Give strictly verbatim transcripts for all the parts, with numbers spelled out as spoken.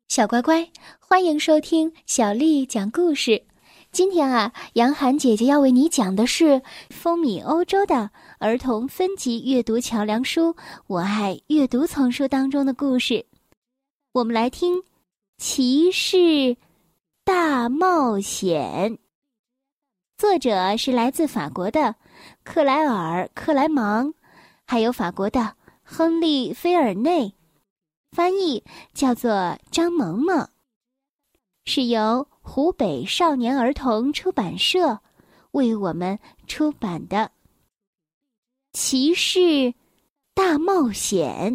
小乖乖，欢迎收听小丽讲故事。今天啊，杨涵姐姐要为你讲的是风靡欧洲的儿童分级阅读桥梁书《我爱阅读》丛书当中的故事。我们来听《骑士大冒险》，作者是来自法国的克莱尔·克莱芒，还有法国的亨利·菲尔内，翻译叫做张萌萌，是由湖北少年儿童出版社为我们出版的《骑士大冒险》。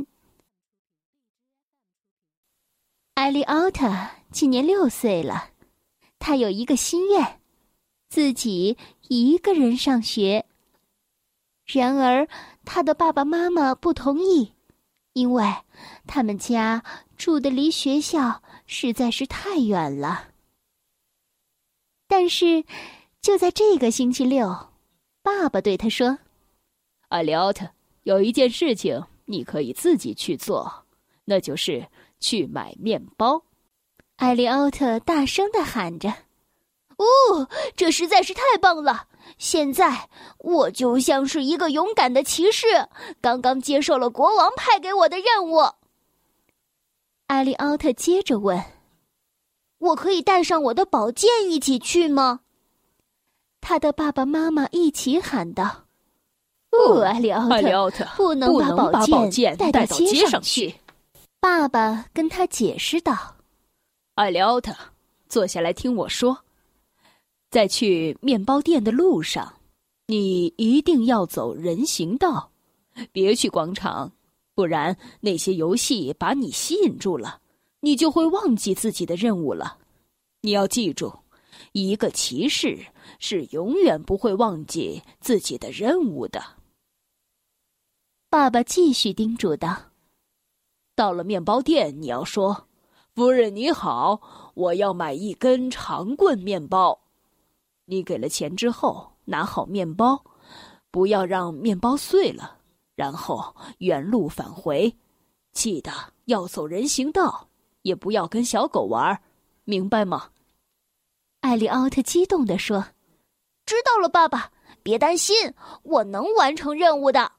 艾利奥特今年六岁了，他有一个心愿，自己一个人上学。然而，他的爸爸妈妈不同意，因为他们家住的离学校实在是太远了。但是，就在这个星期六，爸爸对他说：“ 艾利奥特，有一件事情你可以自己去做，那就是去买面包。” 艾利奥特大声地喊着：“哦，这实在是太棒了！现在我就像是一个勇敢的骑士，刚刚接受了国王派给我的任务。”艾利奥特接着问：“我可以带上我的宝剑一起去吗？”他的爸爸妈妈一起喊道：“哦，艾利奥特， 艾利奥特不能把宝剑, 宝剑带到街上去。” 爸爸跟他解释道：“ 艾利奥特，坐下来听我说。在去面包店的路上，你一定要走人行道，别去广场，不然那些游戏把你吸引住了，你就会忘记自己的任务了。你要记住，一个骑士是永远不会忘记自己的任务的。” 爸爸继续叮嘱道：“ 到了面包店，你要说：‘夫人你好，我要买一根长棍面包。’你给了钱之后，拿好面包，不要让面包碎了，然后原路返回。记得要走人行道，也不要跟小狗玩，明白吗？” 艾利奥特激动地说：“知道了，爸爸，别担心，我能完成任务的。”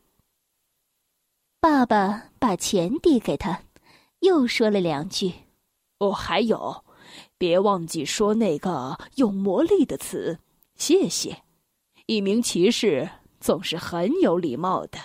爸爸把钱递给他，又说了两句：“ 哦，还有，别忘记说那个有魔力的词，谢谢。一名骑士总是很有礼貌的。”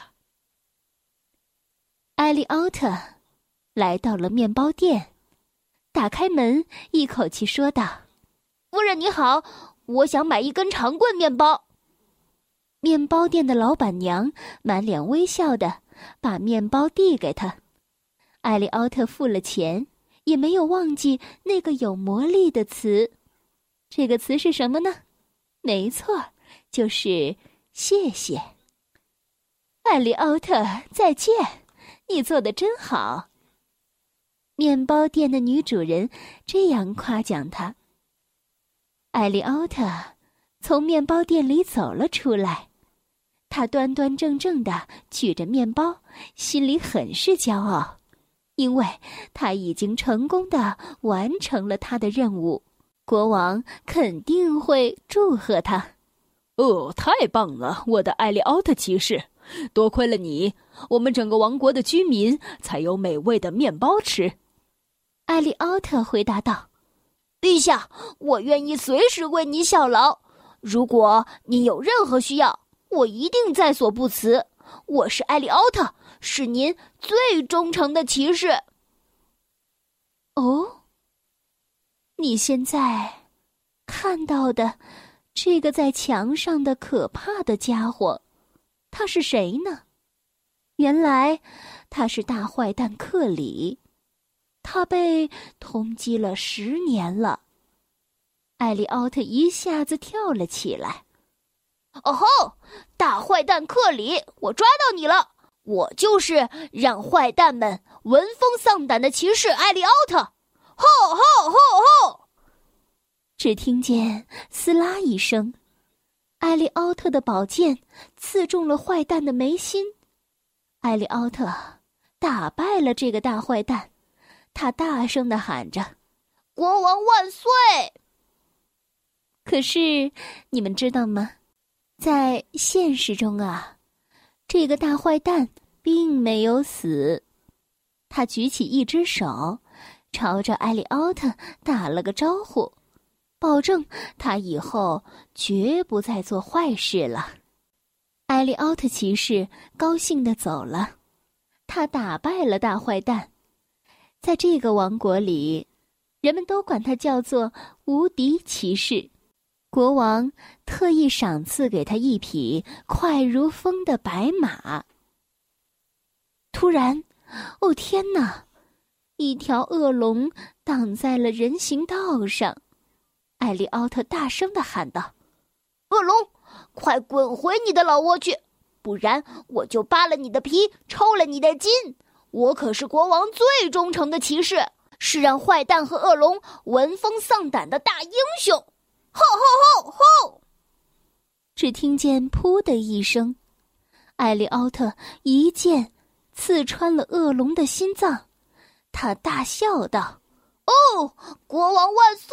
艾利奥特来到了面包店，打开门，一口气说道：“夫人你好，我想买一根长棍面包。”面包店的老板娘满脸微笑的把面包递给他。艾利奥特付了钱，也没有忘记那个有魔力的词。这个词是什么呢？没错，就是谢谢。艾利奥特，再见，你做得真好。面包店的女主人这样夸奖他。艾利奥特从面包店里走了出来，他端端正正地举着面包，心里很是骄傲，因为他已经成功地完成了他的任务，国王肯定会祝贺他。 哦，太棒了，我的艾利奥特骑士！多亏了你，我们整个王国的居民才有美味的面包吃。 艾利奥特回答道：“陛下，我愿意随时为你效劳。如果你有任何需要，我一定在所不辞。我是艾利奥特，是您最忠诚的骑士。”哦，你现在看到的这个在墙上的可怕的家伙，他是谁呢？原来他是大坏蛋克里，他被通缉了十年了。艾利奥特一下子跳了起来。哦吼！大坏蛋克里，我抓到你了！我就是让坏蛋们闻风丧胆的骑士艾利奥特！吼吼吼吼！只听见撕拉一声，艾利奥特的宝剑刺中了坏蛋的眉心。艾利奥特打败了这个大坏蛋， 他大声地喊着：“国王万岁！”可是，你们知道吗？在现实中啊，这个大坏蛋并没有死。他举起一只手，朝着艾利奥特打了个招呼，保证他以后绝不再做坏事了。艾利奥特骑士高兴地走了，他打败了大坏蛋。在这个王国里，人们都管他叫做无敌骑士。国王特意赏赐给他一匹快如风的白马。突然，哦天哪！一条恶龙挡在了人行道上。艾利奥特大声地喊道：“恶龙，快滚回你的老窝去，不然我就扒了你的皮，抽了你的筋！我可是国王最忠诚的骑士，是让坏蛋和恶龙闻风丧胆的大英雄！”吼吼吼吼！只听见“噗”的一声，艾利奥特一剑刺穿了恶龙的心脏。他大笑道：“哦，国王万岁！”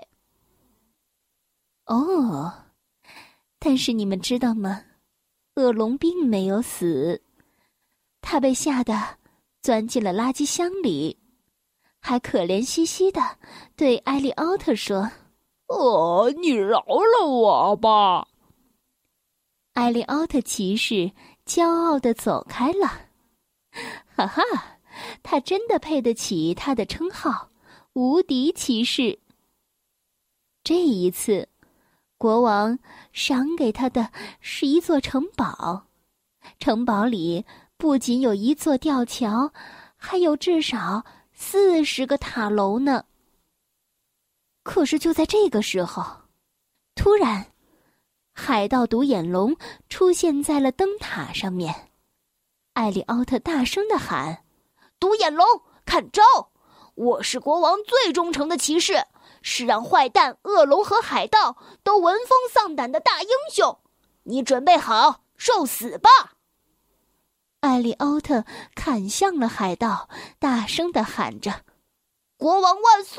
哦，但是你们知道吗？恶龙并没有死，他被吓得钻进了垃圾箱里，还可怜兮兮地对艾利奥特说：“ 哦，你饶了我吧！” 艾利奥特骑士骄傲地走开了。哈哈，他真的配得起他的称号——无敌骑士。这一次，国王赏给他的是一座城堡，城堡里不仅有一座吊桥，还有至少四十个塔楼呢。可是就在这个时候，突然，海盗独眼龙出现在了灯塔上面。艾利奥特大声地喊：“独眼龙，看招！我是国王最忠诚的骑士，是让坏蛋、恶龙和海盗都闻风丧胆的大英雄。你准备好受死吧！”艾利奥特砍向了海盗，大声地喊着：“国王万岁！”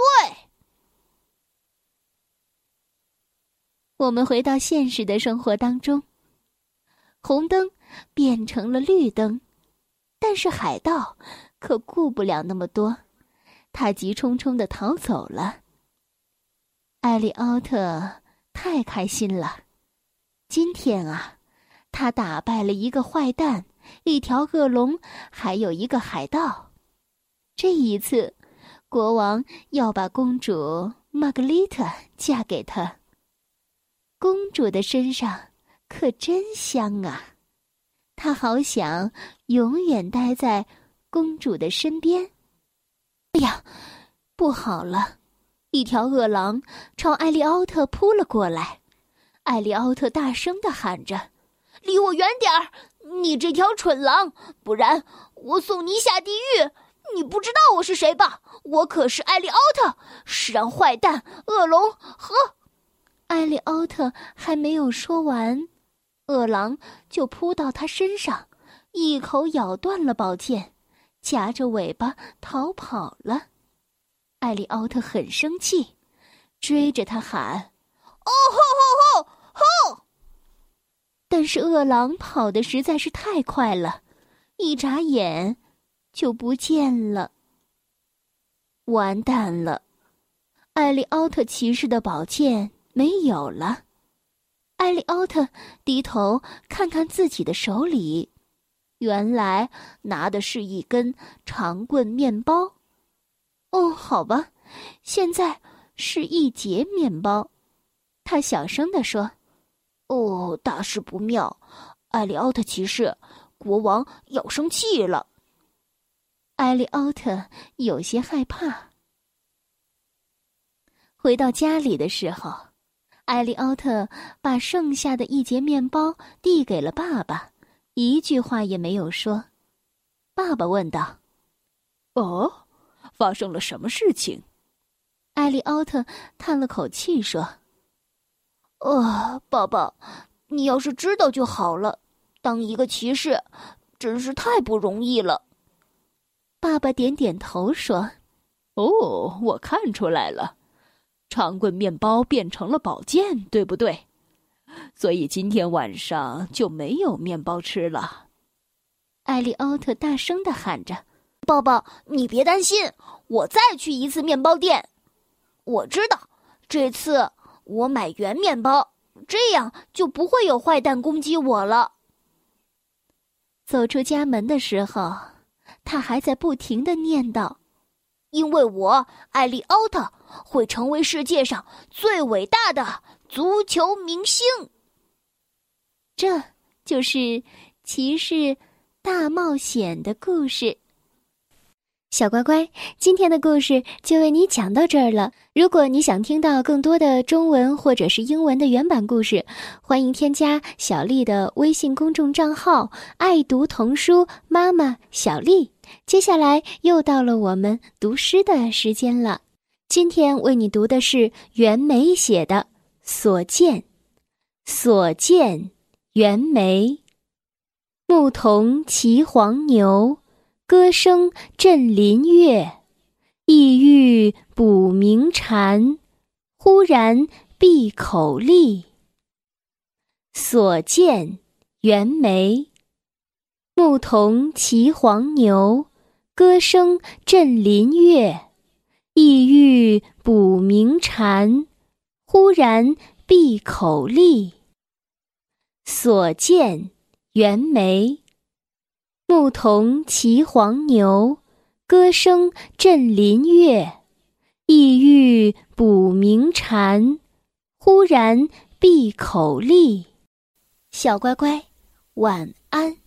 我们回到现实的生活当中，红灯变成了绿灯，但是海盗可顾不了那么多，他急冲冲地逃走了。艾利奥特太开心了，今天啊，他打败了一个坏蛋，一条恶龙，还有一个海盗。这一次，国王要把公主玛格丽特嫁给他。公主的身上可真香啊，他好想永远待在公主的身边。哎呀，不好了！一条恶狼朝艾利奥特扑了过来。艾利奥特大声地喊着：“离我远点儿，你这条蠢狼，不然我送你下地狱！你不知道我是谁吧？我可是艾利奥特，是让坏蛋、恶龙和……”艾利奥特还没有说完，恶狼就扑到他身上，一口咬断了宝剑，夹着尾巴逃跑了。艾利奥特很生气，追着他喊：“哦吼吼吼吼！”但是恶狼跑得实在是太快了，一眨眼就不见了。完蛋了，艾利奥特骑士的宝剑没有了。艾利奥特低头看看自己的手里，原来拿的是一根长棍面包。哦，好吧，现在是一截面包。他小声地说：“哦，大事不妙，艾利奥特骑士，国王要生气了。”艾利奥特有些害怕。回到家里的时候，艾利奥特把剩下的一截面包递给了爸爸，一句话也没有说。爸爸问道：“ 哦，发生了什么事情？” 艾利奥特叹了口气说：“哦，爸爸，你要是知道就好了，当一个骑士真是太不容易了。”爸爸点点头说：“ 哦，我看出来了，长棍面包变成了宝剑，对不对？所以今天晚上就没有面包吃了。 艾利奥特大声地喊着：“抱抱，你别担心，我再去一次面包店。我知道，这次我买圆面包，这样就不会有坏蛋攻击我了。”走出家门的时候，他还在不停地念叨：“因为我艾利奥特会成为世界上最伟大的足球明星。”这就是骑士大冒险的故事。小乖乖，今天的故事就为你讲到这儿了。如果你想听到更多的中文或者是英文的原版故事，欢迎添加小丽的微信公众账号爱读童书妈妈小丽。接下来又到了我们读诗的时间了。今天为你读的是袁枚写的《所见》。所见，袁枚。牧童骑黄牛，歌声振林樾。意欲捕鸣蝉，忽然闭口立。所见，袁枚。牧童骑黄牛，歌声振林樾。意欲捕鸣蝉，忽然闭口立。所见，袁枚。牧童骑黄牛，歌声振林樾。意欲捕鸣蝉，忽然闭口立。小乖乖，晚安。